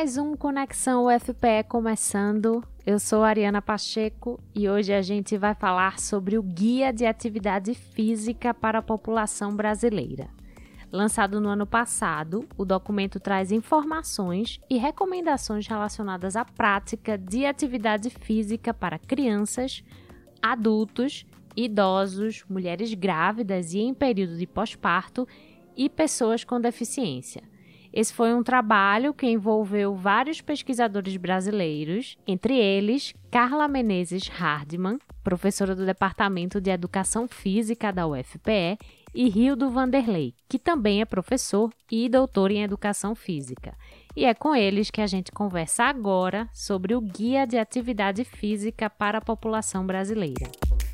Mais um Conexão UFPE começando. Eu sou Ariana Pacheco e hoje a gente vai falar sobre o Guia de Atividade Física para a População Brasileira. Lançado no ano passado, o documento traz informações e recomendações relacionadas à prática de atividade física para crianças, adultos, idosos, mulheres grávidas e em período de pós-parto e pessoas com deficiência. Esse foi um trabalho que envolveu vários pesquisadores brasileiros, entre eles Carla Menezes Hardman, professora do Departamento de Educação Física da UFPE, e Rildo Vanderlei, que também é professor e doutor em Educação Física. E é com eles que a gente conversa agora sobre o Guia de Atividade Física para a População Brasileira.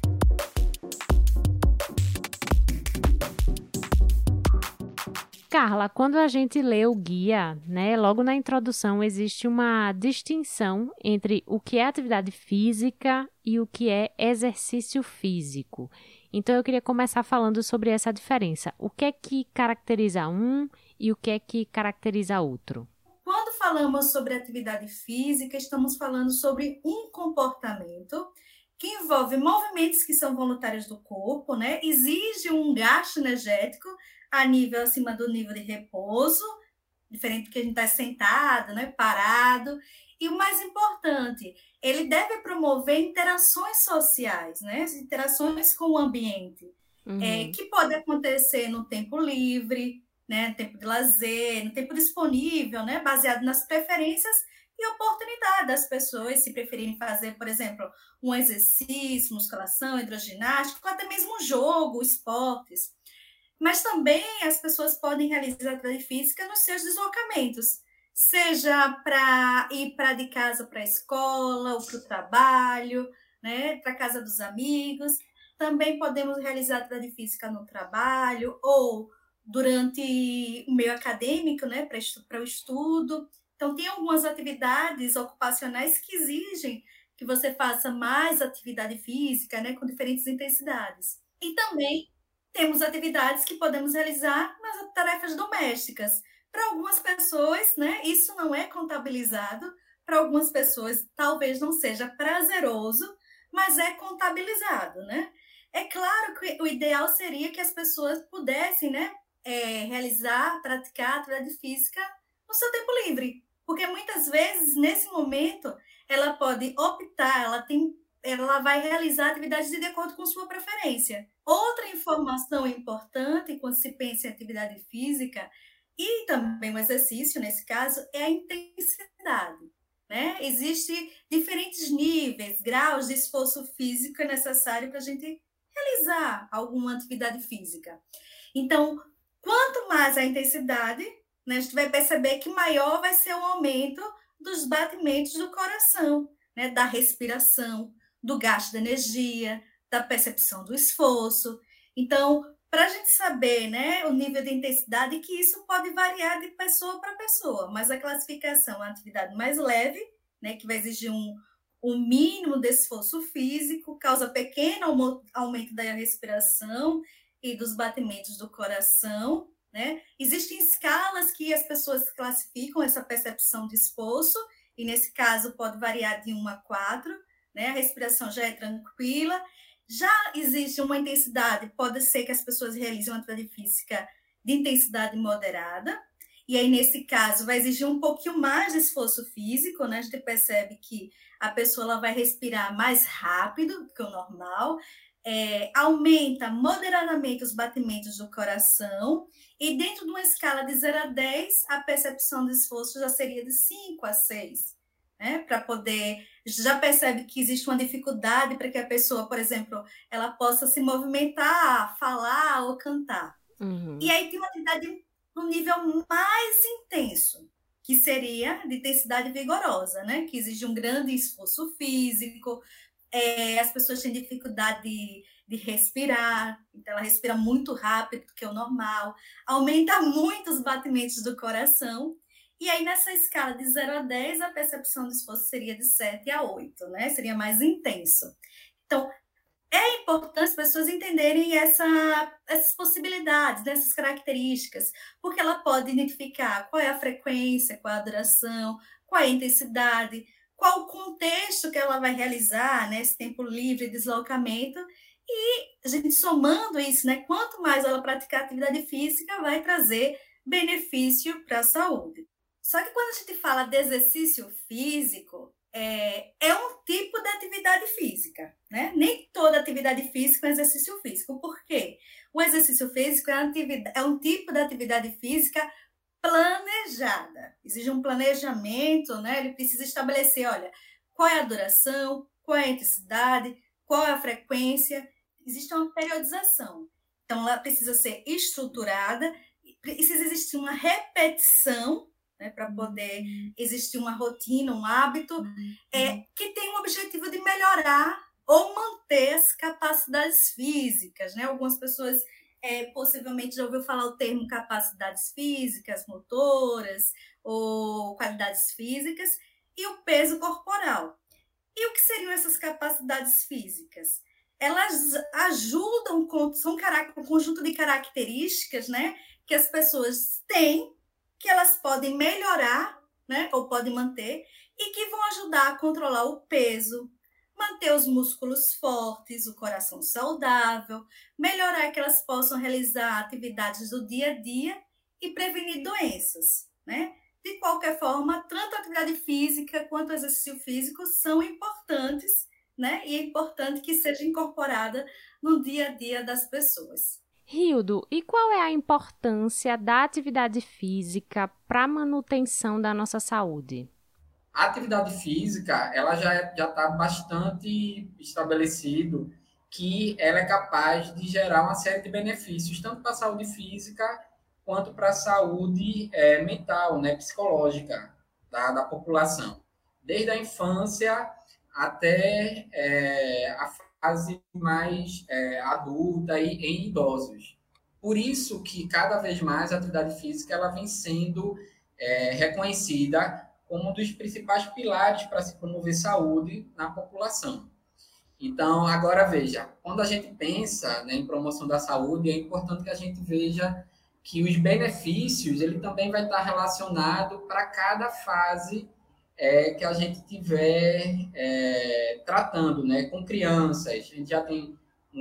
Carla, quando a gente lê o guia, logo na introdução existe uma distinção entre o que é atividade física e o que é exercício físico. Então eu queria começar falando sobre essa diferença. O que é que caracteriza um e o que é que caracteriza outro? Quando falamos sobre atividade física, estamos falando sobre um comportamento que envolve movimentos que são voluntários do corpo, exige um gasto energético a nível acima do nível de repouso, diferente do que a gente está sentado, parado. E o mais importante, ele deve promover interações sociais, interações com o ambiente, que pode acontecer no tempo livre, no tempo de lazer, no tempo disponível, baseado nas preferências e oportunidade das pessoas, se preferirem fazer, por exemplo, um exercício, musculação, hidroginástica, ou até mesmo um jogo, esportes. Mas também as pessoas podem realizar atividade física nos seus deslocamentos, seja para ir de casa para a escola, ou para o trabalho, para a casa dos amigos. Também podemos realizar atividade física no trabalho ou durante o meio acadêmico, para o estudo. Então, tem algumas atividades ocupacionais que exigem que você faça mais atividade física, com diferentes intensidades. E também temos atividades que podemos realizar nas tarefas domésticas. Para algumas pessoas, isso não é contabilizado. Para algumas pessoas, talvez não seja prazeroso, mas é contabilizado, É claro que o ideal seria que as pessoas pudessem, realizar, praticar atividade física no seu tempo livre. Porque muitas vezes, nesse momento, ela pode optar, ela vai realizar atividades de acordo com sua preferência. Outra informação importante quando se pensa em atividade física e também o exercício, nesse caso, é a intensidade. Existem diferentes níveis, graus de esforço físico necessário para a gente realizar alguma atividade física. Então, quanto mais a intensidade, a gente vai perceber que maior vai ser o aumento dos batimentos do coração, da respiração, do gasto de energia, da percepção do esforço. Então, para a gente saber o nível de intensidade, que isso pode variar de pessoa para pessoa, mas a classificação é uma atividade mais leve, que vai exigir um mínimo de esforço físico, causa pequeno aumento da respiração e dos batimentos do coração. Existem escalas que as pessoas classificam essa percepção de esforço, e nesse caso pode variar de 1 a 4, a respiração já é tranquila. Já existe uma intensidade, pode ser que as pessoas realizem uma atividade física de intensidade moderada, e aí nesse caso vai exigir um pouquinho mais de esforço físico, A gente percebe que a pessoa ela vai respirar mais rápido do que o normal, aumenta moderadamente os batimentos do coração, e dentro de uma escala de 0 a 10, a percepção de esforço já seria de 5 a 6, para poder... Já percebe que existe uma dificuldade para que a pessoa, por exemplo, ela possa se movimentar, falar ou cantar. Uhum. E aí tem uma atividade no nível mais intenso, que seria de intensidade vigorosa, que exige um grande esforço físico. As pessoas têm dificuldade de respirar, então ela respira muito rápido do que o normal, aumenta muito os batimentos do coração, e aí nessa escala de 0 a 10, a percepção do esforço seria de 7 a 8, seria mais intenso. Então, é importante as pessoas entenderem essas possibilidades, essas características, porque ela pode identificar qual é a frequência, qual é a duração, qual é a intensidade, qual o contexto que ela vai realizar, né, esse tempo livre de deslocamento, e a gente somando isso, né, quanto mais ela praticar atividade física, vai trazer benefício para a saúde. Só que quando a gente fala de exercício físico, é um tipo de atividade física, né? Nem toda atividade física é um exercício físico. Por quê? O exercício físico é um tipo de atividade física planejada. Exige um planejamento, né? Ele precisa estabelecer, olha, qual é a duração, qual é a intensidade, qual é a frequência. Existe uma periodização. Então, ela precisa ser estruturada, precisa existir uma repetição, né, para poder existir uma rotina, um hábito, que tem o objetivo de melhorar ou manter as capacidades físicas, né? Algumas pessoas possivelmente já ouviu falar o termo capacidades físicas, motoras, ou qualidades físicas, e o peso corporal. E o que seriam essas capacidades físicas? Elas ajudam, são um conjunto de características, né, que as pessoas têm, que elas podem melhorar, né, ou podem manter, e que vão ajudar a controlar o peso, manter os músculos fortes, o coração saudável, melhorar que elas possam realizar atividades do dia a dia e prevenir doenças, né? De qualquer forma, tanto a atividade física quanto o exercício físico são importantes, né? E é importante que seja incorporada no dia a dia das pessoas. Hildo, e qual é a importância da atividade física para a manutenção da nossa saúde? A atividade física, ela já está bastante estabelecido que ela é capaz de gerar uma série de benefícios, tanto para a saúde física quanto para a saúde mental, né, psicológica da população. Desde a infância até a fase mais adulta e em idosos. Por isso que cada vez mais a atividade física ela vem sendo reconhecida como um dos principais pilares para se promover saúde na população. Então, agora veja, quando a gente pensa, né, em promoção da saúde, é importante que a gente veja que os benefícios ele também vai estar relacionado para cada fase que a gente tiver tratando, né, com crianças. A gente já tem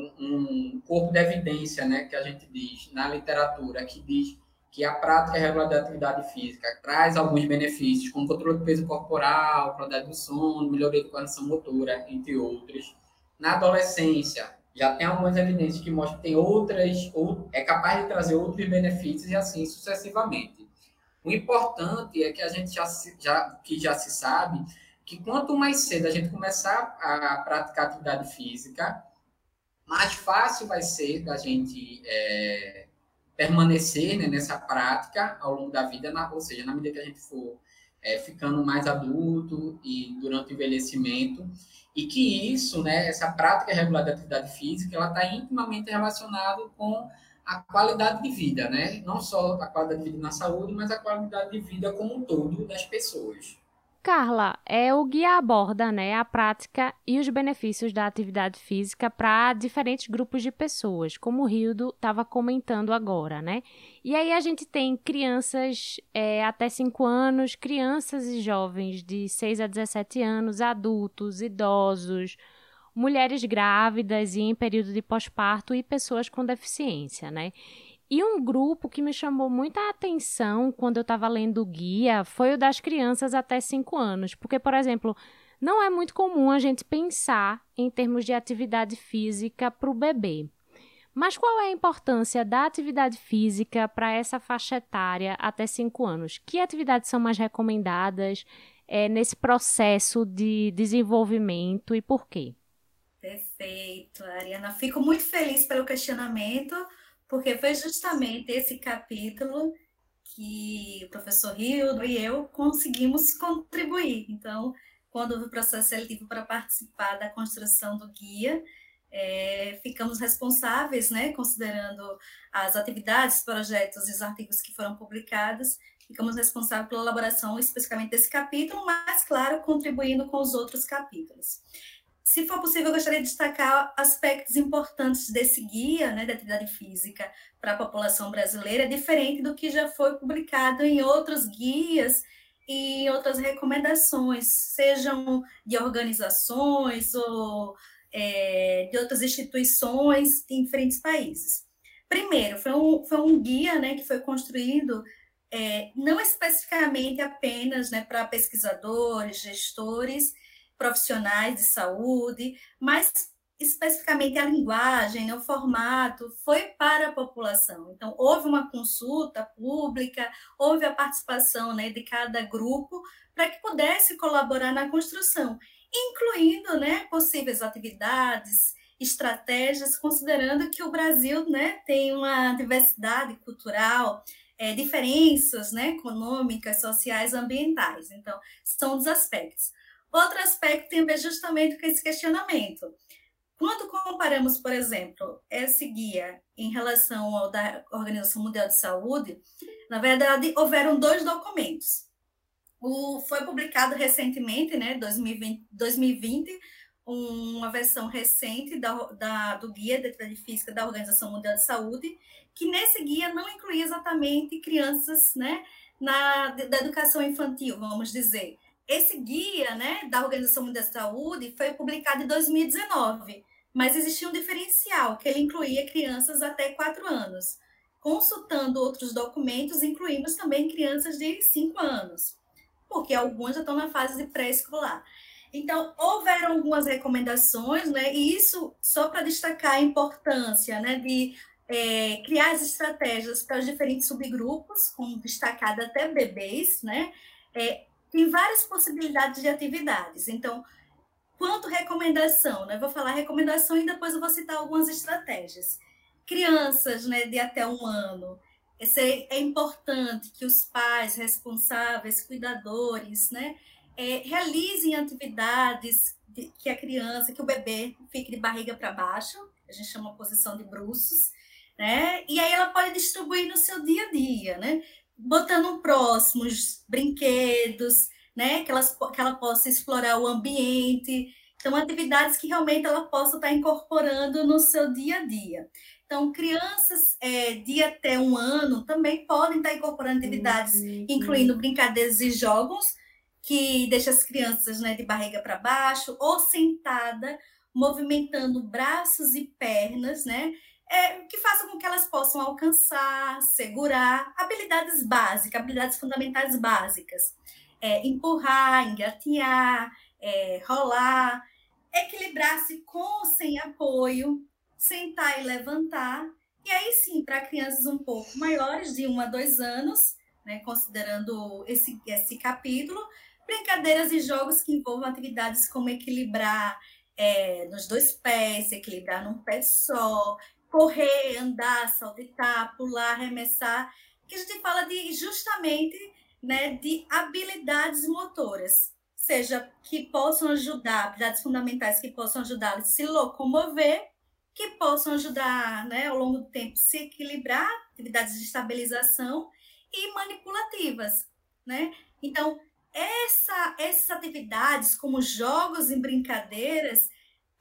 um corpo de evidência, né, que a gente diz na literatura, que diz que a prática regular da atividade física traz alguns benefícios, como controle do peso corporal, qualidade do sono, melhoria da coordenação motora, entre outros. Na adolescência, já tem algumas evidências que mostram que tem outras, ou é capaz de trazer outros benefícios e assim sucessivamente. O importante é que a gente já se sabe que quanto mais cedo a gente começar a praticar atividade física, mais fácil vai ser da gente permanecer, né, nessa prática ao longo da vida, ou seja, na medida que a gente for ficando mais adulto e durante o envelhecimento, e que isso, né, essa prática regular de atividade física, ela está intimamente relacionada com a qualidade de vida, né? Não só a qualidade de vida na saúde, mas a qualidade de vida como um todo das pessoas. Carla, o guia aborda, né, a prática e os benefícios da atividade física para diferentes grupos de pessoas, como o Hildo estava comentando agora, né? E aí a gente tem crianças até 5 anos, crianças e jovens de 6 a 17 anos, adultos, idosos, mulheres grávidas e em período de pós-parto e pessoas com deficiência, né? E um grupo que me chamou muita atenção quando eu estava lendo o guia foi o das crianças até 5 anos. Porque, por exemplo, não é muito comum a gente pensar em termos de atividade física para o bebê. Mas qual é a importância da atividade física para essa faixa etária até 5 anos? Que atividades são mais recomendadas nesse processo de desenvolvimento e por quê? Perfeito, Ariana. Fico muito feliz pelo questionamento, porque foi justamente esse capítulo que o professor Hildo e eu conseguimos contribuir. Então, quando houve o processo seletivo para participar da construção do guia, ficamos responsáveis, né, considerando as atividades, projetos e os artigos que foram publicados, ficamos responsáveis pela elaboração especificamente desse capítulo, mas, claro, contribuindo com os outros capítulos. Se for possível, eu gostaria de destacar aspectos importantes desse guia, né, da atividade física para a população brasileira, diferente do que já foi publicado em outros guias e outras recomendações, sejam de organizações ou de outras instituições em diferentes países. Primeiro, foi um guia, né, que foi construído não especificamente apenas, né, para pesquisadores, gestores, profissionais de saúde, mas especificamente a linguagem, né, o formato, foi para a população. Então, houve uma consulta pública, houve a participação, né, de cada grupo para que pudesse colaborar na construção, incluindo, né, possíveis atividades, estratégias, considerando que o Brasil, né, tem uma diversidade cultural, diferenças, né, econômicas, sociais, ambientais. Então, são os aspectos. Outro aspecto tem a ver justamente com esse questionamento. Quando comparamos, por exemplo, esse guia em relação ao da Organização Mundial de Saúde, na verdade, houveram 2 documentos. Foi publicado recentemente, né, 2020, uma versão recente do Guia de Atividade Física da Organização Mundial de Saúde, que nesse guia não incluía exatamente crianças, né, da educação infantil, vamos dizer. Esse guia, né, da Organização Mundial de Saúde foi publicado em 2019, mas existia um diferencial, que ele incluía crianças até 4 anos. Consultando outros documentos, incluímos também crianças de 5 anos, porque algumas já estão na fase de pré-escolar. Então, houveram algumas recomendações, né, e isso só para destacar a importância, né, de criar as estratégias para os diferentes subgrupos, como destacado até bebês, né, tem várias possibilidades de atividades. Então, quanto recomendação, né? Vou falar recomendação e depois eu vou citar algumas estratégias. Crianças, né, de até 1 ano. É importante que os pais responsáveis, cuidadores, né, realizem atividades que a criança, que o bebê fique de barriga para baixo, a gente chama posição de bruços, né? E aí ela pode distribuir no seu dia a dia, né? Botando próximos brinquedos, né? Que ela possa explorar o ambiente. Então, atividades que realmente ela possa estar incorporando no seu dia a dia. Então, crianças de até 1 ano também podem estar incorporando atividades, incluindo brincadeiras e jogos, que deixa as crianças, né, de barriga para baixo, ou sentada, movimentando braços e pernas, né? Que façam com que elas possam alcançar, segurar habilidades básicas, habilidades fundamentais básicas. Empurrar, engatinhar, rolar, equilibrar-se com ou sem apoio, sentar e levantar. E aí sim, para crianças um pouco maiores, de 1 a 2 anos, né, considerando esse capítulo, brincadeiras e jogos que envolvam atividades como equilibrar nos 2 pés, equilibrar num pé só, correr, andar, saltitar, pular, arremessar, que a gente fala justamente, né, de habilidades motoras, seja que possam ajudar, habilidades fundamentais que possam ajudar a se locomover, que possam ajudar, né, ao longo do tempo, se equilibrar, atividades de estabilização e manipulativas, né? Então, essas atividades, como jogos e brincadeiras,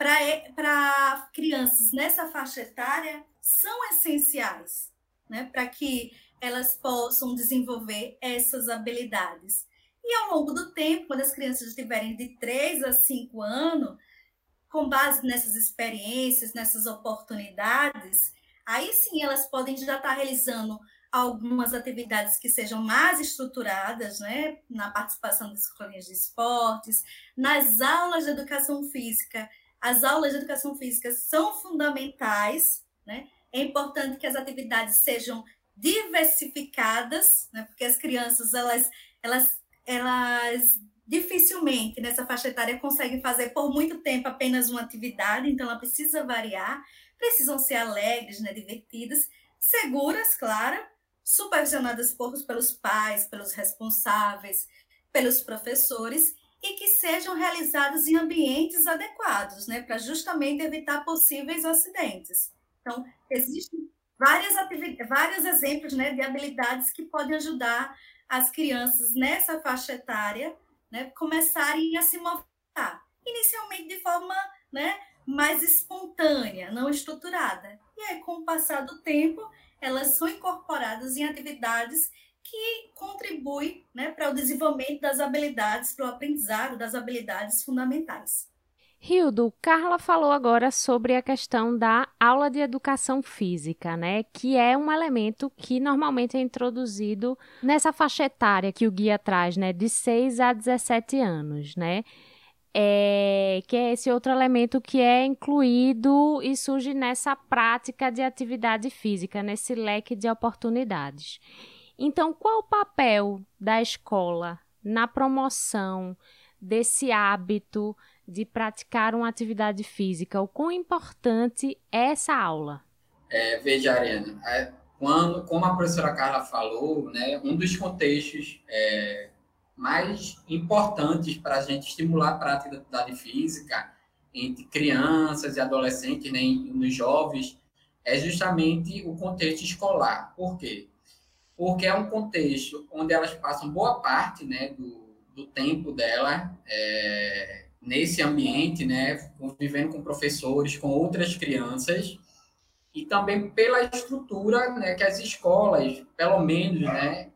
para crianças nessa faixa etária, são essenciais, né, para que elas possam desenvolver essas habilidades. E ao longo do tempo, quando as crianças estiverem de 3 a 5 anos, com base nessas experiências, nessas oportunidades, aí sim elas podem já estar realizando algumas atividades que sejam mais estruturadas, né, na participação das escolinhas de esportes, nas aulas de educação física. As aulas de educação física são fundamentais, né? É importante que as atividades sejam diversificadas, né? Porque as crianças, elas dificilmente, nessa faixa etária, conseguem fazer por muito tempo apenas uma atividade, então ela precisa variar, precisam ser alegres, né? Divertidas, seguras, claro, supervisionadas pelos pais, pelos responsáveis, pelos professores, e que sejam realizados em ambientes adequados, né, para justamente evitar possíveis acidentes. Então, existem vários exemplos, né, de habilidades que podem ajudar as crianças nessa faixa etária, né, começarem a se movimentar, inicialmente de forma, né, mais espontânea, não estruturada. E aí, com o passar do tempo, elas são incorporadas em atividades que contribui, né, para o desenvolvimento das habilidades, para o aprendizado das habilidades fundamentais. Hildo, Carla falou agora sobre a questão da aula de educação física, né? Que é um elemento que normalmente é introduzido nessa faixa etária que o guia traz, né? De 6 a 17 anos, né? Que é esse outro elemento que é incluído e surge nessa prática de atividade física, nesse leque de oportunidades. Então, qual o papel da escola na promoção desse hábito de praticar uma atividade física? O quão importante é essa aula? Veja, Ariana, como a professora Carla falou, né, um dos contextos mais importantes para a gente estimular a prática da atividade física entre crianças e adolescentes, né, nos jovens, é justamente o contexto escolar. Por quê? Porque é um contexto onde elas passam boa parte, né, do tempo dela nesse ambiente, né, convivendo com professores, com outras crianças, e também pela estrutura, né, que as escolas, pelo menos, né,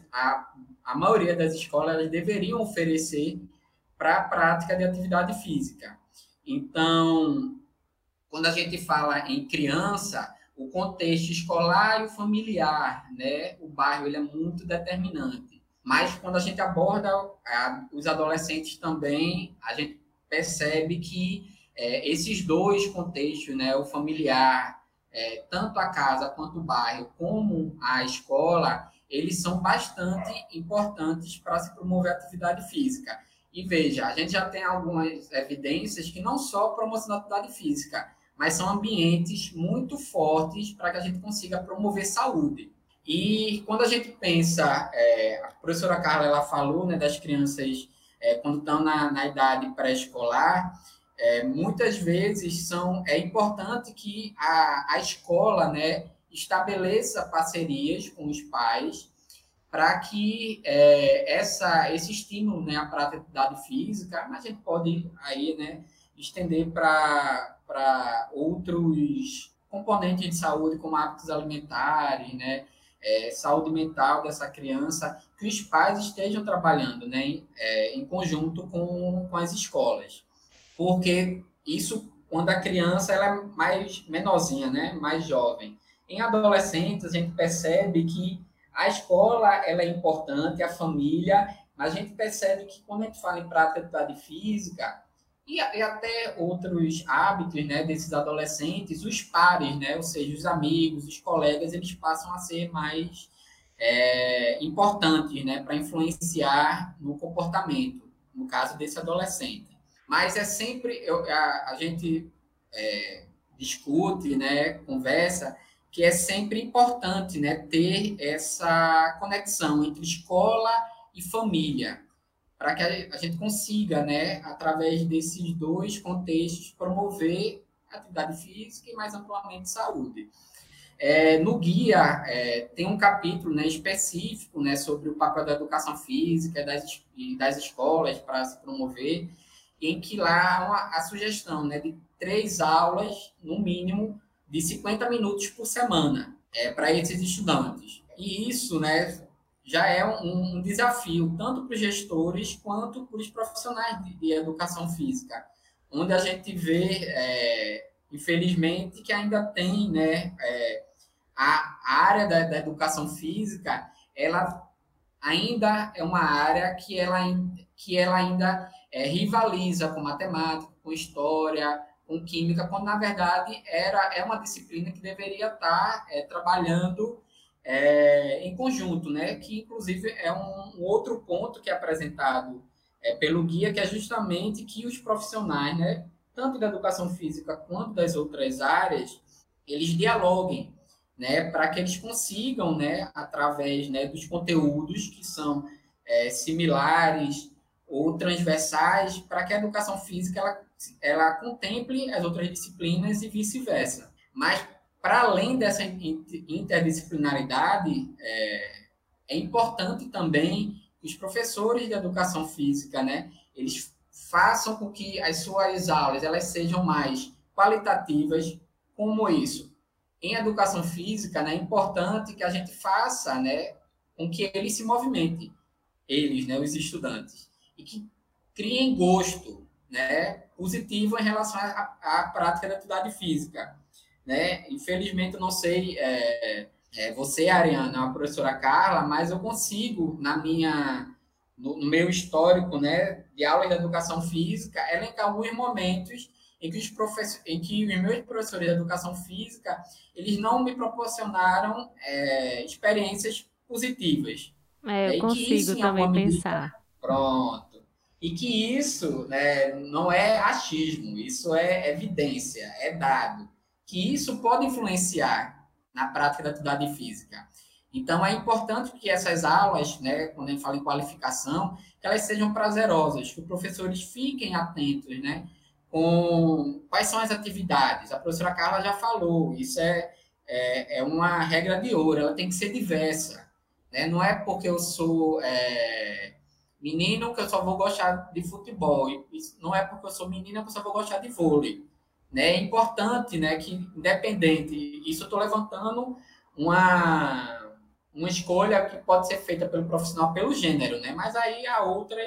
a maioria das escolas elas deveriam oferecer para a prática de atividade física. Então, quando a gente fala em criança, o contexto escolar e o familiar, né, o bairro, ele é muito determinante. Mas quando a gente aborda os adolescentes também, a gente percebe que esses dois contextos, né, o familiar, tanto a casa quanto o bairro, como a escola, eles são bastante importantes para se promover a atividade física. E veja, a gente já tem algumas evidências que não só promoção da atividade física, mas são ambientes muito fortes para que a gente consiga promover saúde. E quando a gente pensa, a professora Carla ela falou, né, das crianças quando estão na idade pré-escolar, muitas vezes é importante que a escola, né, estabeleça parcerias com os pais para que esse estímulo, né, à prática de atividade física, a gente pode aí, né, estender para outros componentes de saúde, como hábitos alimentares, né, saúde mental dessa criança, que os pais estejam trabalhando, né, em conjunto com as escolas. Porque isso, quando a criança ela é mais menorzinha, né, mais jovem. Em adolescentes, a gente percebe que a escola ela é importante, a família, mas a gente percebe que quando a gente fala em prática de atividade física e até outros hábitos, né, desses adolescentes, os pares, né, ou seja, os amigos, os colegas, eles passam a ser mais importantes, né, para influenciar no comportamento, no caso desse adolescente. Mas é sempre, a gente discute, né, conversa, que é sempre importante, né, ter essa conexão entre escola e família, para que a gente consiga, né, através desses dois contextos, promover atividade física e, mais amplamente, saúde. No guia, tem um capítulo, né, específico, né, sobre o papel da educação física e das escolas para se promover, em que lá há a sugestão, né, de 3 aulas, no mínimo, de 50 minutos por semana para esses estudantes. E isso, né, já é um desafio, tanto para os gestores quanto para os profissionais de educação física, onde a gente vê, infelizmente, que ainda tem, né, a área da educação física, ela ainda é uma área que ela ainda rivaliza com matemática, com história, com química, quando, na verdade, é uma disciplina que deveria estar trabalhando em conjunto, né? Que, inclusive, é um outro ponto que é apresentado pelo guia, que é justamente que os profissionais, né, tanto da educação física quanto das outras áreas, eles dialoguem, né, para que eles consigam, né, através, né, dos conteúdos que são similares ou transversais, para que a educação física ela contemple as outras disciplinas e vice-versa. Mas, para além dessa interdisciplinaridade, é importante também que os professores de educação física, né, eles façam com que as suas aulas elas sejam mais qualitativas. Como isso? Em educação física, né, é importante que a gente faça, né, com que eles se movimentem, eles, né, os estudantes, e que criem gosto, né, positivo em relação à prática da atividade física, né? Infelizmente, eu não sei, você, Ariana, a professora Carla, mas eu consigo, no meu histórico, né, de aulas de educação física, elencar alguns momentos em que os meus professores de educação física, eles não me proporcionaram experiências positivas, Eu né? E que consigo isso, em também alguma medida, pensar. pronto. E que isso, né, não é achismo, isso é evidência, é dado. Que isso pode influenciar na prática da atividade física. Então, é importante que essas aulas, né, quando a gente fala em qualificação, que elas sejam prazerosas, que os professores fiquem atentos, né, com quais são as atividades. A professora Carla já falou, isso é uma regra de ouro, ela tem que ser diversa. Né? Não é porque eu sou menino que eu só vou gostar de futebol, não é porque eu sou menina que eu só vou gostar de vôlei. Né? É importante, né, que independente, isso eu estou levantando uma escolha que pode ser feita pelo profissional pelo gênero, né? Mas aí há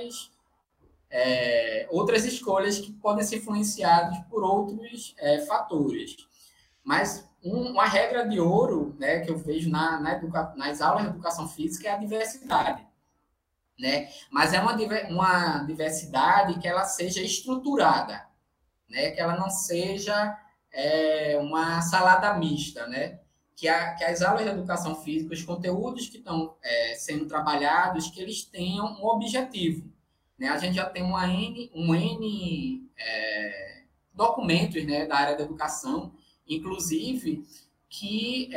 outras escolhas que podem ser influenciadas por outros fatores. Mas uma regra de ouro, né, que eu vejo nas aulas de educação física é a diversidade. Né? Mas é uma diversidade que ela seja estruturada, né? Que ela não seja uma salada mista, né? Que as aulas de educação física, os conteúdos que estão sendo trabalhados, que eles tenham um objetivo. Né? A gente já tem um N documentos, né, da área da educação, inclusive, que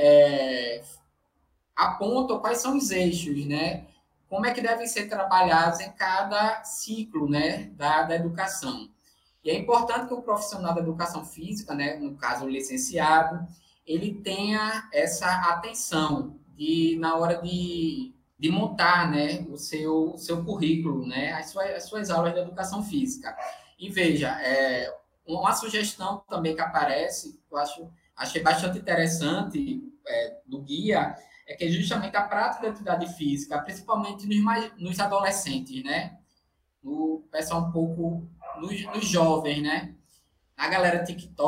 apontam quais são os eixos, né? Como é que devem ser trabalhados em cada ciclo, né, da educação. E é importante que o profissional da educação física, né, no caso o licenciado, ele tenha essa atenção na hora de montar, né, o seu currículo, né, as suas aulas de educação física. E veja, uma sugestão também que aparece, eu achei bastante interessante do guia, é que justamente a prática da atividade física, principalmente nos adolescentes, né, no pessoal um pouco nos jovens, né? A galera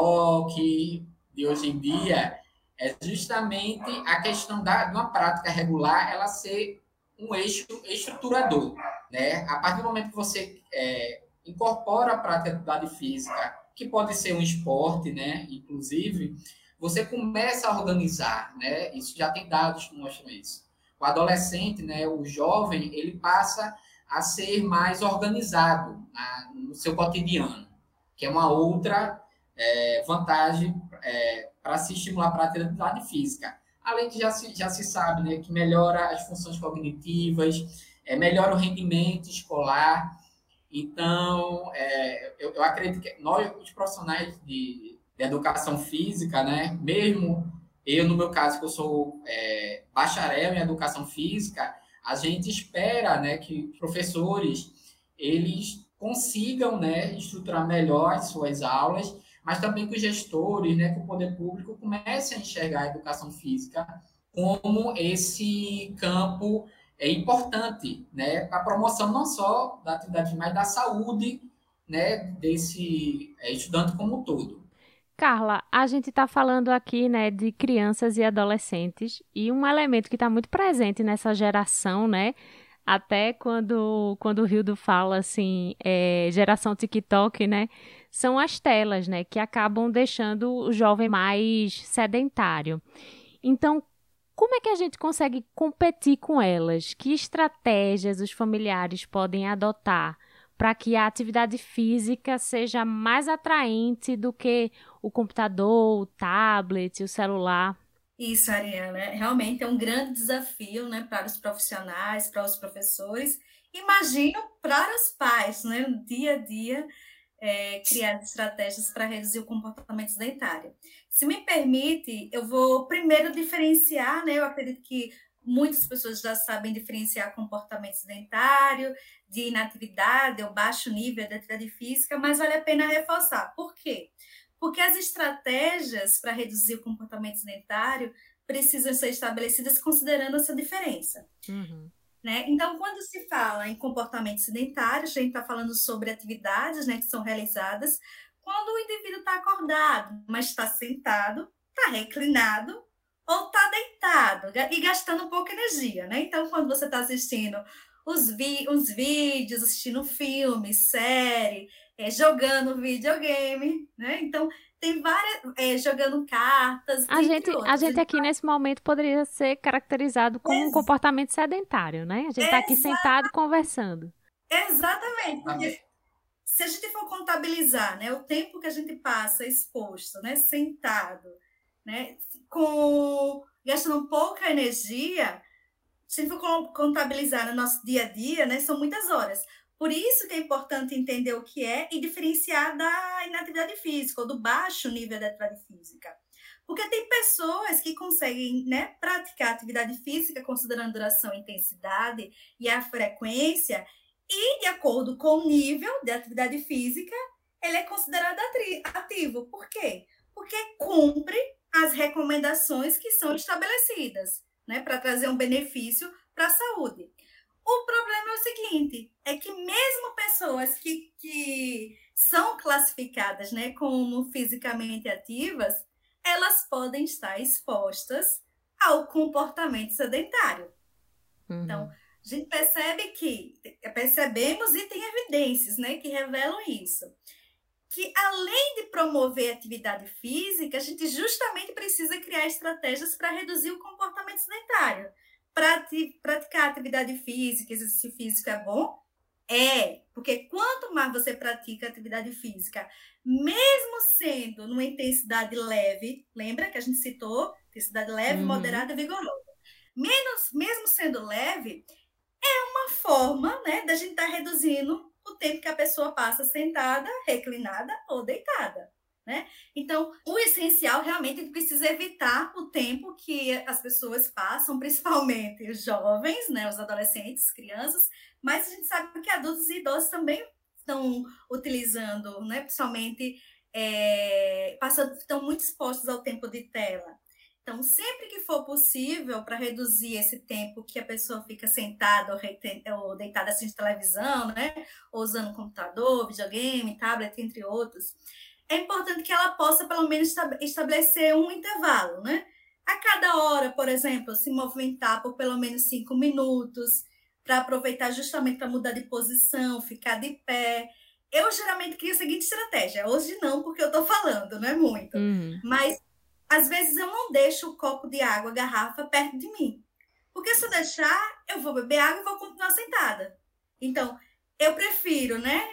TikTok de hoje em dia é justamente a questão de uma prática regular ela ser um eixo estruturador, né? A partir do momento que você incorpora a prática de atividade física, que pode ser um esporte, né? Inclusive, você começa a organizar, né? Isso já tem dados que mostram isso. O adolescente, né? O jovem, ele passa a ser mais organizado no seu cotidiano, que é uma outra vantagem para se estimular para a atividade física. Além que já se sabe, né, que melhora as funções cognitivas, melhora o rendimento escolar. Então, eu acredito que nós, os profissionais de educação física, né, mesmo eu, no meu caso, que eu sou bacharel em educação física, a gente espera, né, que os professores eles consigam, né, estruturar melhor as suas aulas, mas também que os gestores, né, que o poder público comece a enxergar a educação física como esse campo importante, né, para a promoção não só da atividade, mas da saúde, né, desse estudante como um todo. Carla, a gente está falando aqui, né, de crianças e adolescentes e um elemento que está muito presente nessa geração, né, até quando o Hildo fala assim, geração TikTok, né, são as telas, né, que acabam deixando o jovem mais sedentário. Então, como é que a gente consegue competir com elas? Que estratégias os familiares podem adotar para que a atividade física seja mais atraente do que o computador, o tablet, o celular? Isso, Ariana, realmente é um grande desafio, né, para os profissionais, para os professores, imagino para os pais, né, no dia a dia, criar estratégias para reduzir o comportamento sedentário. Se me permite, eu vou primeiro diferenciar, né, eu acredito que muitas pessoas já sabem diferenciar comportamento sedentário, de inatividade ou baixo nível de atividade física, mas vale a pena reforçar. Por quê? Porque as estratégias para reduzir o comportamento sedentário precisam ser estabelecidas considerando essa diferença. Uhum. Né? Então, quando se fala em comportamento sedentário, a gente está falando sobre atividades, né, que são realizadas quando o indivíduo está acordado, mas está sentado, está reclinado ou está deitado e gastando pouca energia. Né? Então, quando você está assistindo uns vídeos, assistindo filmes, série, jogando videogame, né? Então, tem várias, jogando cartas, entre A outras. gente aqui nesse momento poderia ser caracterizado como um comportamento sedentário, né? A gente está aqui sentado conversando. Exatamente, porque se a gente for contabilizar, né, o tempo que a gente passa exposto, né, sentado, né, gastando pouca energia, se a gente for contabilizar no nosso dia a dia, né, são muitas horas. Por isso que é importante entender o que é e diferenciar da inatividade física ou do baixo nível da atividade física. Porque tem pessoas que conseguem, né, praticar atividade física considerando duração e intensidade e a frequência, e de acordo com o nível de atividade física, ele é considerado ativo. Por quê? Porque cumpre as recomendações que são estabelecidas, né, para trazer um benefício para a saúde. O problema é o seguinte, é que mesmo pessoas que são classificadas, né, como fisicamente ativas, elas podem estar expostas ao comportamento sedentário. Uhum. Então, a gente percebemos e tem evidências, né, que revelam isso. Que além de promover atividade física, a gente justamente precisa criar estratégias para reduzir o comportamento sedentário. Praticar atividade física, exercício físico é bom? É, porque quanto mais você pratica atividade física, mesmo sendo numa intensidade leve, lembra que a gente citou intensidade leve, moderada e vigorosa, mesmo sendo leve, é uma forma, né, da gente estar reduzindo o tempo que a pessoa passa sentada, reclinada ou deitada, né? Então, o essencial realmente é que precisa evitar o tempo que as pessoas passam, principalmente os jovens, né, os adolescentes, crianças, mas a gente sabe que adultos e idosos também estão utilizando, né, principalmente estão muito expostos ao tempo de tela. Então, sempre que for possível, para reduzir esse tempo que a pessoa fica sentada ou deitada assistindo televisão, né? Ou usando computador, videogame, tablet, entre outros, é importante que ela possa, pelo menos, estabelecer um intervalo, né? A cada hora, por exemplo, se movimentar por pelo menos 5 minutos, para aproveitar justamente para mudar de posição, ficar de pé. Eu geralmente crio a seguinte estratégia. Hoje não, porque eu estou falando, não é muito. Mas às vezes eu não deixo o copo de água, a garrafa, perto de mim. Porque se eu deixar, eu vou beber água e vou continuar sentada. Então, eu prefiro, né,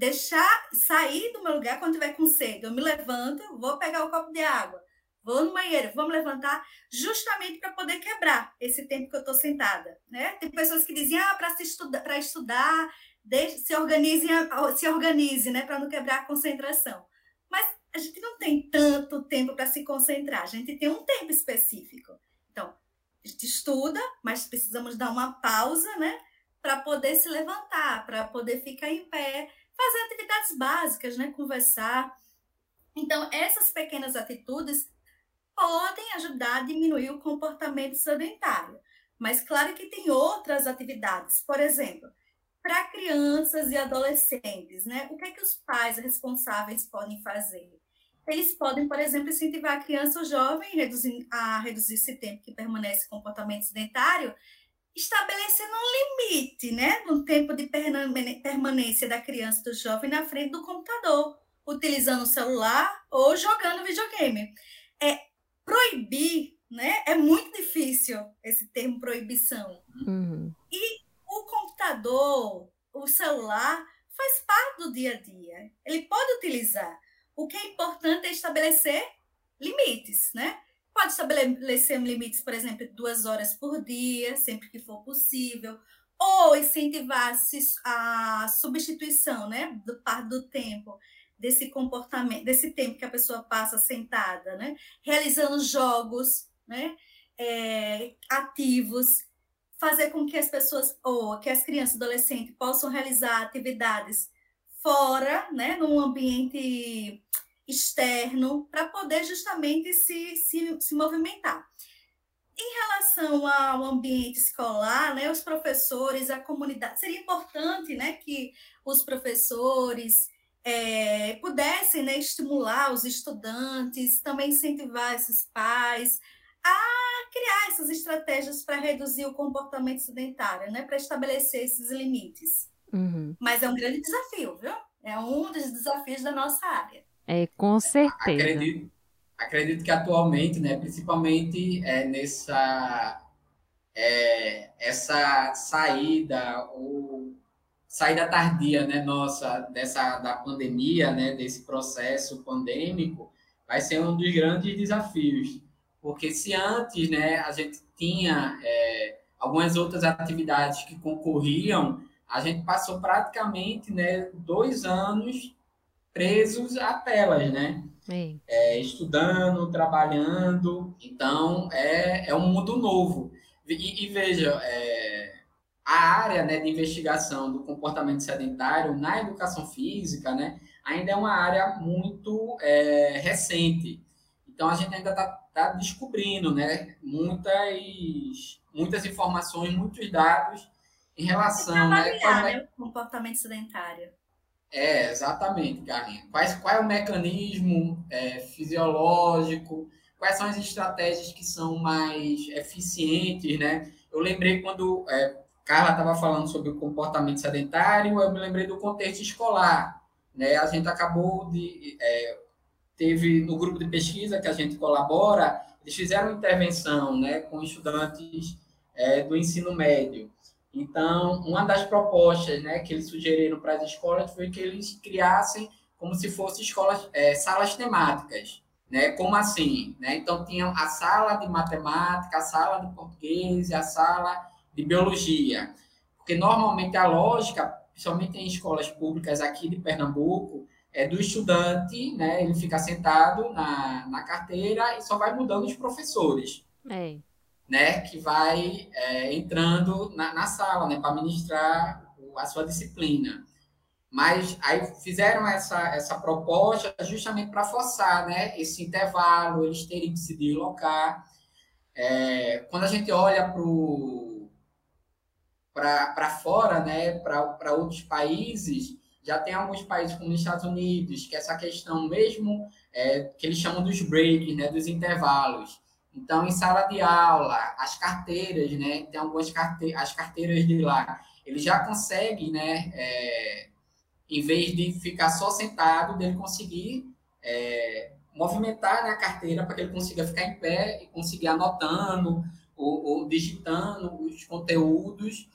sair do meu lugar quando tiver com sede. Eu me levanto, vou pegar o copo de água, vou no banheiro, vou me levantar, justamente para poder quebrar esse tempo que eu estou sentada. Né? Tem pessoas que dizem, para estudar, se organize, né, para não quebrar a concentração. Mas a gente não tem tanto tempo para se concentrar, a gente tem um tempo específico. Então, a gente estuda, mas precisamos dar uma pausa, né, para poder se levantar, para poder ficar em pé, fazer atividades básicas, né, conversar. Então, essas pequenas atitudes podem ajudar a diminuir o comportamento sedentário. Mas, claro que tem outras atividades. Por exemplo, para crianças e adolescentes, né, o que é que os pais responsáveis podem fazer? Eles podem, por exemplo, incentivar a criança ou jovem a reduzir esse tempo que permanece comportamento sedentário, estabelecendo um limite, né, no tempo de permanência da criança ou do jovem na frente do computador, utilizando o celular ou jogando videogame. Proibir, né, é muito difícil esse termo proibição. E o computador, o celular, faz parte do dia a dia. Ele pode utilizar. O que é importante é estabelecer limites, né? Pode estabelecer limites, por exemplo, 2 horas por dia, sempre que for possível, ou incentivar a substituição, né, do tempo, desse comportamento, desse tempo que a pessoa passa sentada, né, realizando jogos, né, ativos, fazer com que as pessoas, ou que as crianças e adolescentes possam realizar atividades fora, né, num ambiente externo, para poder justamente se movimentar. Em relação ao ambiente escolar, né, os professores, a comunidade, seria importante, né, que os professores pudessem, né, estimular os estudantes, também incentivar esses pais a criar essas estratégias para reduzir o comportamento sedentário, né, para estabelecer esses limites. Uhum. Mas é um grande desafio, viu? É um dos desafios da nossa área. Com certeza. Acredito que atualmente, né, principalmente essa saída tardia, né, nossa, da pandemia, né, desse processo pandêmico, vai ser um dos grandes desafios. Porque se antes, né, a gente tinha algumas outras atividades que concorriam, a gente passou praticamente, né, 2 anos presos a telas, né? Estudando, trabalhando. Então, é um mundo novo. E veja, a área, né, de investigação do comportamento sedentário na educação física, né, ainda é uma área muito recente. Então, a gente ainda está descobrindo, né, muitas informações, muitos dados em relação, né, Avaliar, né, o comportamento sedentário. Exatamente, Carlinhos. Qual é o mecanismo fisiológico? Quais são as estratégias que são mais eficientes, né? Eu lembrei quando Carla estava falando sobre o comportamento sedentário, eu me lembrei do contexto escolar, né? A gente acabou teve no grupo de pesquisa que a gente colabora, eles fizeram intervenção, né, com estudantes do ensino médio. Então, uma das propostas, né, que eles sugeriram para as escolas foi que eles criassem como se fossem salas temáticas, né? Como assim? Né? Então, tinham a sala de matemática, a sala de português e a sala de biologia. Porque, normalmente, a lógica, principalmente em escolas públicas aqui de Pernambuco, é do estudante, né? Ele fica sentado na carteira e só vai mudando os professores. Né, que vai entrando na sala, né, para ministrar a sua disciplina. Mas aí fizeram essa proposta justamente para forçar, né, esse intervalo, eles terem que se deslocar. Quando a gente olha para fora, né, para outros países, já tem alguns países como os Estados Unidos, que essa questão mesmo que eles chamam dos breaks, né, dos intervalos. Então, em sala de aula, as carteiras, né? Tem algumas as carteiras de lá, ele já consegue, né? Em vez de ficar só sentado, dele conseguir movimentar na carteira para que ele consiga ficar em pé e conseguir anotando ou digitando os conteúdos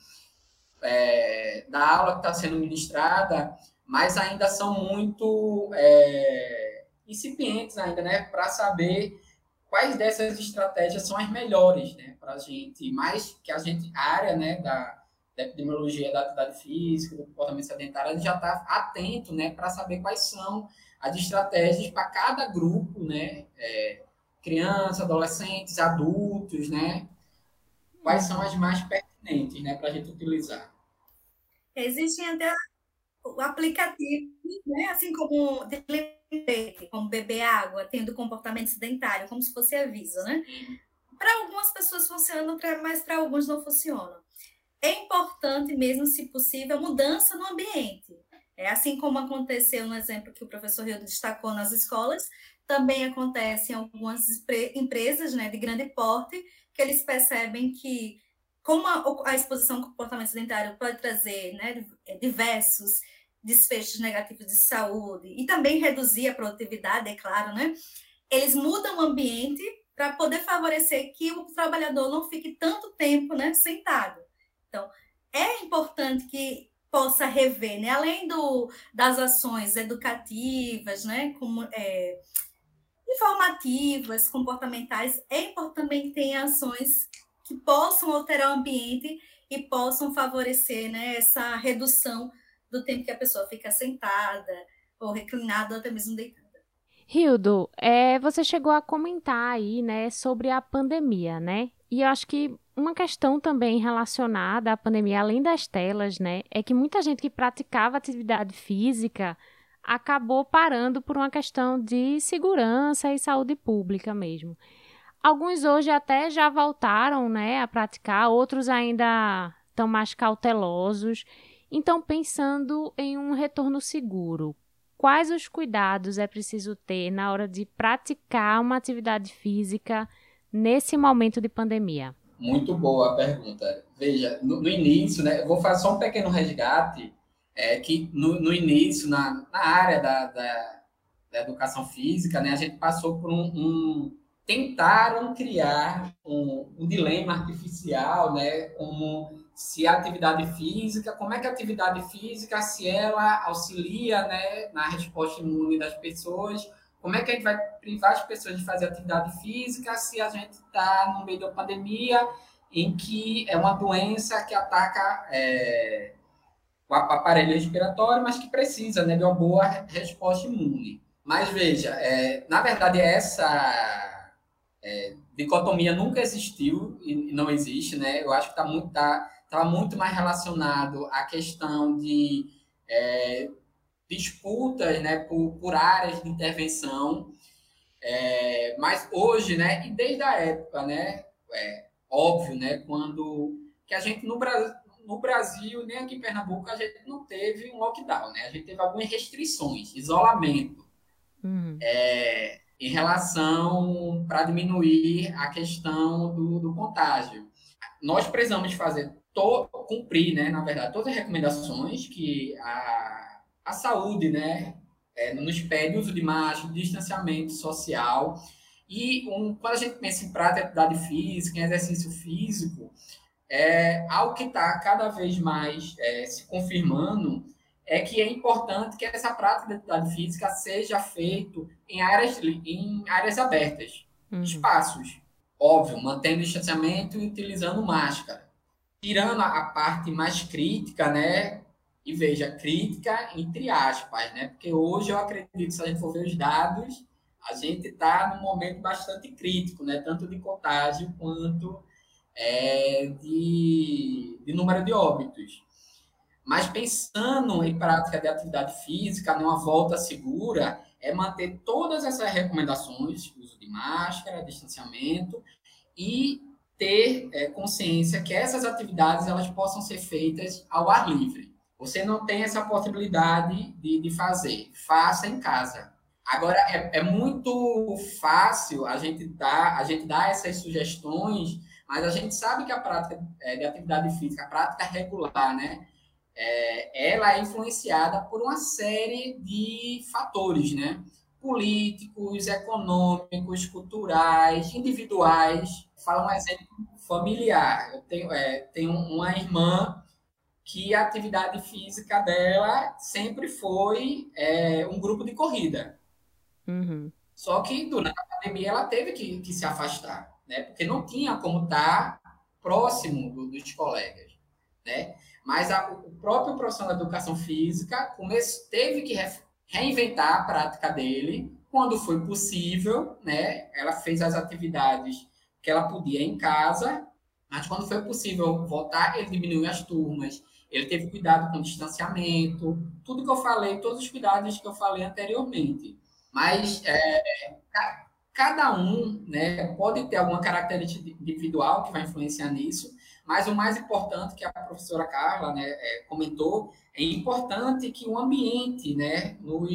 da aula que está sendo ministrada, mas ainda são muito incipientes ainda, né? Para saber quais dessas estratégias são as melhores, né, para a gente, mais que a área, né, da epidemiologia da atividade física, do comportamento sedentário, a gente já está atento, né, para saber quais são as estratégias para cada grupo, né, crianças, adolescentes, adultos, né, quais são as mais pertinentes, né, para a gente utilizar. Existem até aplicativos, né, assim como beber água, tendo comportamento sedentário, como se fosse aviso, né? Para algumas pessoas funcionam, mas para alguns não funcionam. É importante mesmo, se possível, a mudança no ambiente. Assim como aconteceu no exemplo que o professor Rildo destacou nas escolas, também acontece em algumas empresas, né, de grande porte, que eles percebem que, como a exposição ao comportamento sedentário pode trazer, né, diversos desfechos negativos de saúde e também reduzir a produtividade, é claro, né? Eles mudam o ambiente para poder favorecer que o trabalhador não fique tanto tempo, né, sentado. Então, é importante que possa rever, né? Além das ações educativas, né, como informativas, comportamentais, é importante também que tenha ações que possam alterar o ambiente e possam favorecer, né, essa redução do tempo que a pessoa fica sentada ou reclinada ou até mesmo deitada. Rildo, você chegou a comentar aí, né, sobre a pandemia, né? E eu acho que uma questão também relacionada à pandemia, além das telas, né, é que muita gente que praticava atividade física acabou parando por uma questão de segurança e saúde pública mesmo. Alguns hoje até já voltaram, né, a praticar, outros ainda estão mais cautelosos. Então, pensando em um retorno seguro, quais os cuidados é preciso ter na hora de praticar uma atividade física nesse momento de pandemia? Muito boa a pergunta. Veja, no início, né, eu vou fazer só um pequeno resgate, que no início, na área da educação física, né, a gente passou por tentaram criar um dilema artificial, né, como se a atividade física, como é que a atividade física, se ela auxilia, né, na resposta imune das pessoas, como é que a gente vai privar as pessoas de fazer atividade física se a gente está no meio da pandemia, em que é uma doença que ataca o aparelho respiratório, mas que precisa, né, de uma boa resposta imune. Mas veja, na verdade, essa dicotomia nunca existiu e não existe, né? Eu acho que estava muito mais relacionado à questão de disputas, né, por áreas de intervenção, mas hoje, né, e desde a época, né, óbvio, né, quando que a gente no Brasil, nem aqui em Pernambuco, a gente não teve um lockdown, né? A gente teve algumas restrições, isolamento, em relação para diminuir a questão do contágio. Nós precisamos cumprir, né, na verdade, todas as recomendações que a saúde, né, nos pede, uso de máscara, distanciamento social. E quando a gente pensa em prática de atividade física, em exercício físico, algo que está cada vez mais se confirmando é que é importante que essa prática de atividade física seja feita em áreas abertas, espaços, óbvio, mantendo distanciamento e utilizando máscara. Tirando a parte mais crítica, né? E veja, crítica entre aspas, né? Porque hoje eu acredito que se a gente for ver os dados, a gente está num momento bastante crítico, né? Tanto de contágio quanto de número de óbitos. Mas pensando em prática de atividade física, numa volta segura, é manter todas essas recomendações, uso de máscara, distanciamento, e ter consciência que essas atividades elas possam ser feitas ao ar livre. Você não tem essa possibilidade de fazer, faça em casa. Agora, é muito fácil a gente dar essas sugestões, mas a gente sabe que a prática de atividade física, a prática regular, né, ela é influenciada por uma série de fatores, né? Políticos, econômicos, culturais, individuais. Fala um exemplo familiar. Eu tenho uma irmã que a atividade física dela sempre foi um grupo de corrida. Só que durante a pandemia ela teve que se afastar, né? Porque não tinha como estar próximo dos colegas, né? Mas o próprio profissional da educação física teve que reinventar a prática dele quando foi possível, né? Ela fez as atividades que ela podia em casa, mas quando foi possível voltar, ele diminuiu as turmas, ele teve cuidado com o distanciamento, tudo que eu falei, todos os cuidados que eu falei anteriormente. Mas cada um, né, pode ter alguma característica individual que vai influenciar nisso, mas o mais importante que a professora Carla, né, comentou, é importante que o ambiente, né,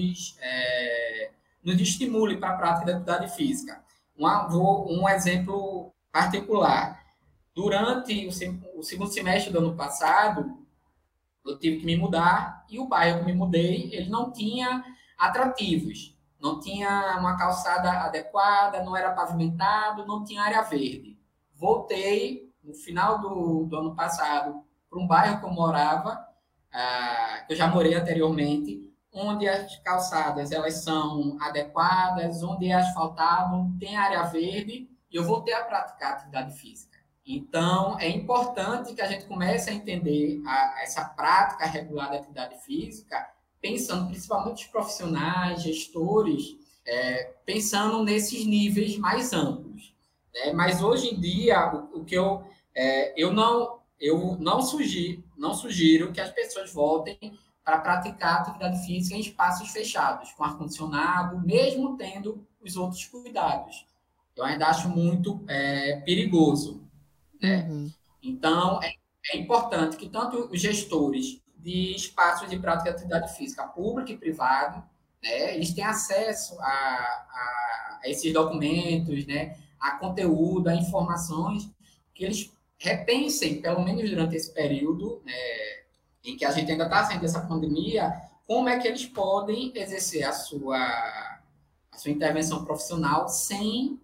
nos estimule para a prática da atividade física. Um exemplo particular. Durante o segundo semestre do ano passado, eu tive que me mudar e o bairro que me mudei, ele não tinha atrativos. Não tinha uma calçada adequada, não era pavimentado, não tinha área verde. Voltei no final do ano passado para um bairro que eu morava, que eu já morei anteriormente, onde as calçadas elas são adequadas, onde é asfaltado, tem área verde, e eu voltei a praticar atividade física. Então, é importante que a gente comece a entender essa prática regular da atividade física, pensando principalmente os profissionais, gestores, pensando nesses níveis mais amplos, né? Mas hoje em dia, o que eu não sugiro que as pessoas voltem para praticar atividade física em espaços fechados, com ar-condicionado, mesmo tendo os outros cuidados. eu ainda acho muito perigoso, né? Uhum. Então, é importante que tanto os gestores de espaços de prática de atividade física pública e privado, né, eles têm acesso a esses documentos, né, a conteúdo, a informações, que eles repensem, pelo menos durante esse período, né, em que a gente ainda está saindo dessa pandemia, como é que eles podem exercer a sua intervenção profissional sem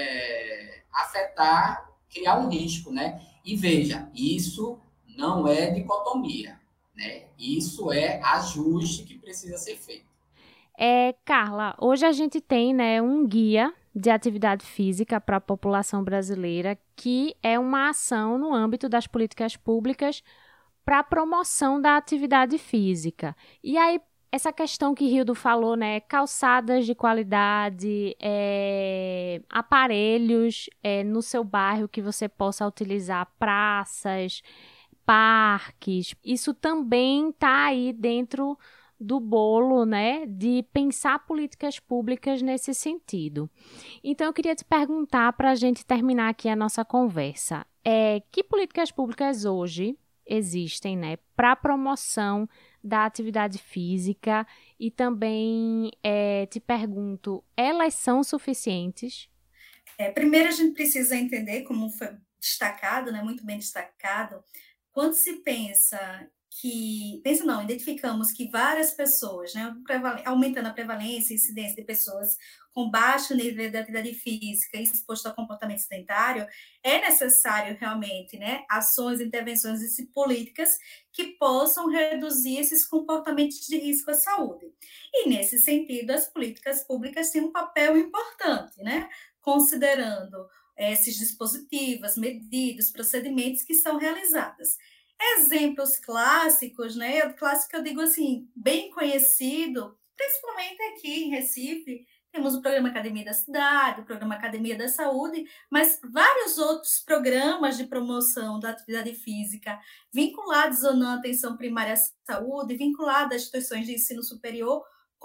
afetar, criar um risco, né? E veja, isso não é dicotomia, né? Isso é ajuste que precisa ser feito. Carla, hoje a gente tem, né, um guia de atividade física para a população brasileira, que é uma ação no âmbito das políticas públicas para a promoção da atividade física. E aí, essa questão que Rildo falou, né, calçadas de qualidade, aparelhos no seu bairro que você possa utilizar, praças, parques, isso também está aí dentro do bolo, né, de pensar políticas públicas nesse sentido. Então, eu queria te perguntar, para a gente terminar aqui a nossa conversa, que políticas públicas hoje existem, né, para a promoção da atividade física e também te pergunto, elas são suficientes? Primeiro, a gente precisa entender, como foi destacado, né, muito bem destacado, quando se identificamos que várias pessoas, né, aumentando a prevalência e incidência de pessoas com baixo nível de atividade física e exposto a comportamento sedentário, é necessário realmente, né, ações, intervenções e políticas que possam reduzir esses comportamentos de risco à saúde. E, nesse sentido, as políticas públicas têm um papel importante, né, considerando esses dispositivos, medidas, procedimentos que são realizados. Exemplos clássicos, né? O clássico eu digo assim, bem conhecido, principalmente aqui em Recife, temos o programa Academia da Cidade, o programa Academia da Saúde, mas vários outros programas de promoção da atividade física, vinculados ou não à atenção primária à saúde, vinculados às instituições de ensino superior,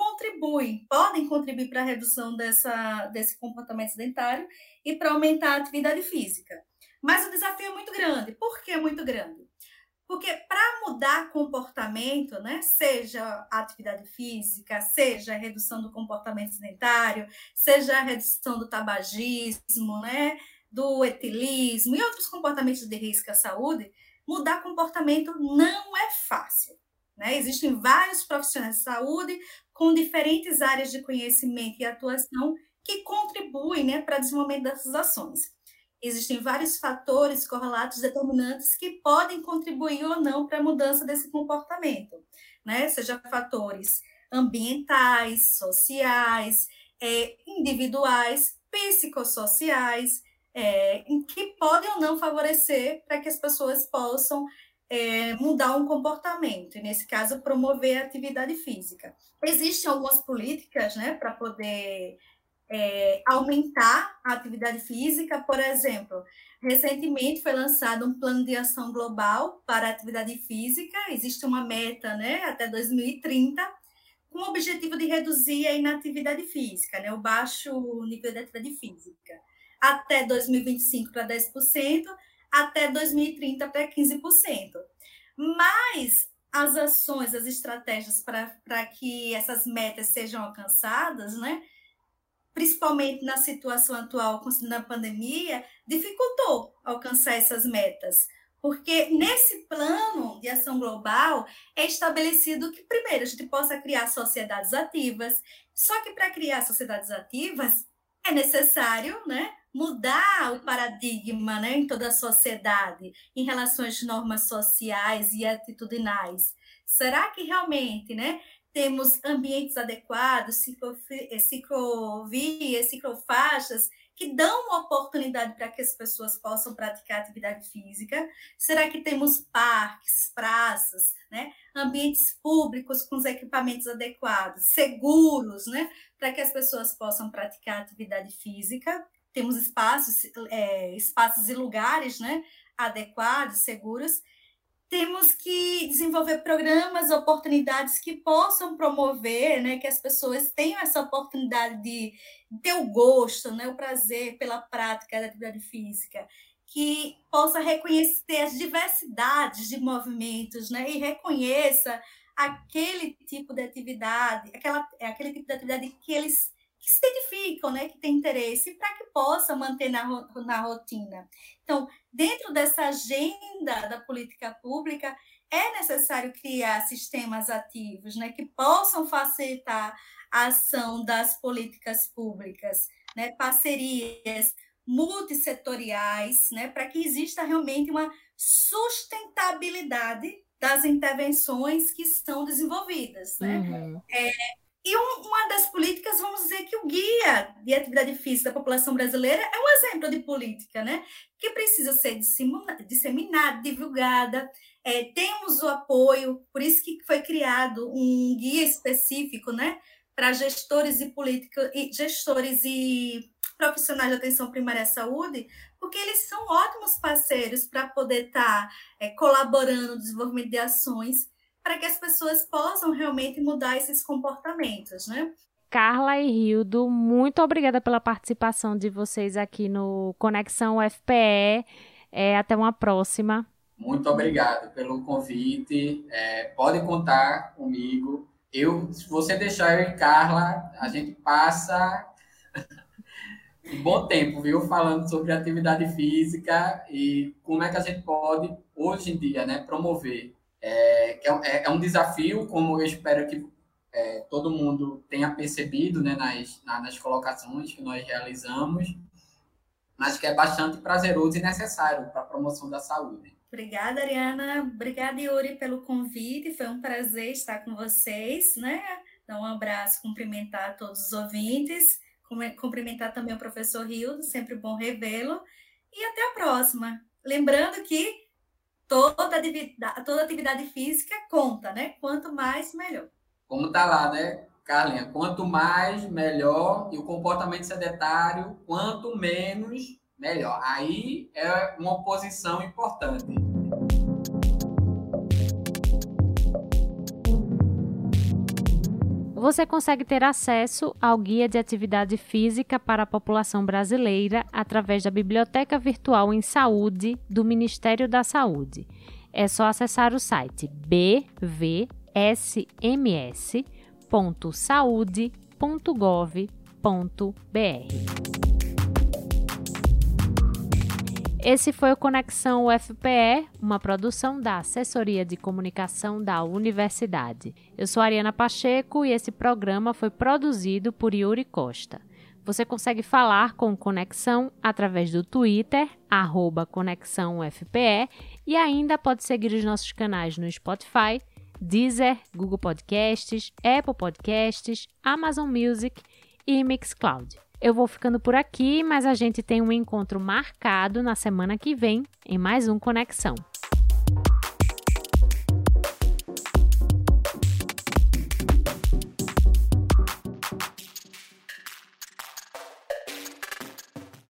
podem contribuir para a redução desse comportamento sedentário e para aumentar a atividade física. Mas o desafio é muito grande. Por que é muito grande? Porque para mudar comportamento, né, seja a atividade física, seja a redução do comportamento sedentário, seja a redução do tabagismo, né, do etilismo e outros comportamentos de risco à saúde, mudar comportamento não é fácil. Né? Existem vários profissionais de saúde com diferentes áreas de conhecimento e atuação que contribuem, né, para o desenvolvimento dessas ações. Existem vários fatores correlatos determinantes que podem contribuir ou não para a mudança desse comportamento, né? Seja fatores ambientais, sociais, individuais, psicossociais, que podem ou não favorecer para que as pessoas possam mudar um comportamento, e nesse caso, promover a atividade física. Existem algumas políticas, né, para poder aumentar a atividade física. Por exemplo, recentemente foi lançado um plano de ação global para a atividade física, existe uma meta, né, até 2030, com o objetivo de reduzir a inatividade física, né, o baixo nível de atividade física, até 2025 para 10%, até 2030 para 15%. Mas as ações, as estratégias para que essas metas sejam alcançadas, né, principalmente na situação atual, considerando a pandemia, dificultou alcançar essas metas. Porque nesse plano de ação global é estabelecido que, primeiro, a gente possa criar sociedades ativas, só que para criar sociedades ativas é necessário, né, mudar o paradigma, né, em toda a sociedade, em relação às normas sociais e atitudinais. Será que realmente, né, temos ambientes adequados, ciclovias, ciclofaixas, que dão uma oportunidade para que as pessoas possam praticar atividade física? Será que temos parques, praças, né? Ambientes públicos com os equipamentos adequados, seguros, né? Para que as pessoas possam praticar atividade física? Temos espaços e lugares, né, adequados, seguros. temos que desenvolver programas, oportunidades que possam promover, né, que as pessoas tenham essa oportunidade de ter o gosto, né, o prazer pela prática da atividade física, que possa reconhecer as diversidades de movimentos, né, e reconheça aquele tipo de atividade, aquele tipo de atividade que eles se identificam, né, que tem interesse, para que possa manter na rotina. Então, dentro dessa agenda da política pública, é necessário criar sistemas ativos, né, que possam facilitar a ação das políticas públicas, né, parcerias multissetoriais, né, para que exista realmente uma sustentabilidade das intervenções que estão desenvolvidas, né? Uhum. E uma das políticas, vamos dizer que o Guia de Atividade Física da População Brasileira é um exemplo de política, né? Que precisa ser disseminada, divulgada. Temos o apoio, por isso que foi criado um guia específico, né? Para gestores e profissionais de atenção primária à saúde, porque eles são ótimos parceiros para poder estar colaborando no desenvolvimento de ações para que as pessoas possam realmente mudar esses comportamentos, né? Carla e Rildo, muito obrigada pela participação de vocês aqui no Conexão UFPE. Até uma próxima. Muito obrigado pelo convite. Pode contar comigo. Se você deixar eu e Carla, a gente passa um bom tempo, viu? Falando sobre atividade física e como é que a gente pode, hoje em dia, né, promover. É um desafio, como eu espero que todo mundo tenha percebido, né, nas colocações que nós realizamos, mas que é bastante prazeroso e necessário para a promoção da saúde. Obrigada, Ariana. Obrigada, Yuri, pelo convite. Foi um prazer estar com vocês, né? Dar um abraço, cumprimentar todos os ouvintes, cumprimentar também o professor Rildo, sempre bom revê-lo. E até a próxima. Lembrando que toda atividade física conta, né? Quanto mais, melhor. Como está lá, né, Carlinha? Quanto mais, melhor. E o comportamento sedentário, quanto menos, melhor. Aí é uma oposição importante. Você consegue ter acesso ao Guia de Atividade Física para a População Brasileira através da Biblioteca Virtual em Saúde do Ministério da Saúde. É só acessar o site bvsms.saude.gov.br. Esse foi o Conexão UFPE, uma produção da Assessoria de Comunicação da Universidade. Eu sou Ariana Pacheco e esse programa foi produzido por Yuri Costa. Você consegue falar com o Conexão através do Twitter, @ConexãoUFPE, e ainda pode seguir os nossos canais no Spotify, Deezer, Google Podcasts, Apple Podcasts, Amazon Music e Mixcloud. Eu vou ficando por aqui, mas a gente tem um encontro marcado na semana que vem em mais um Conexão.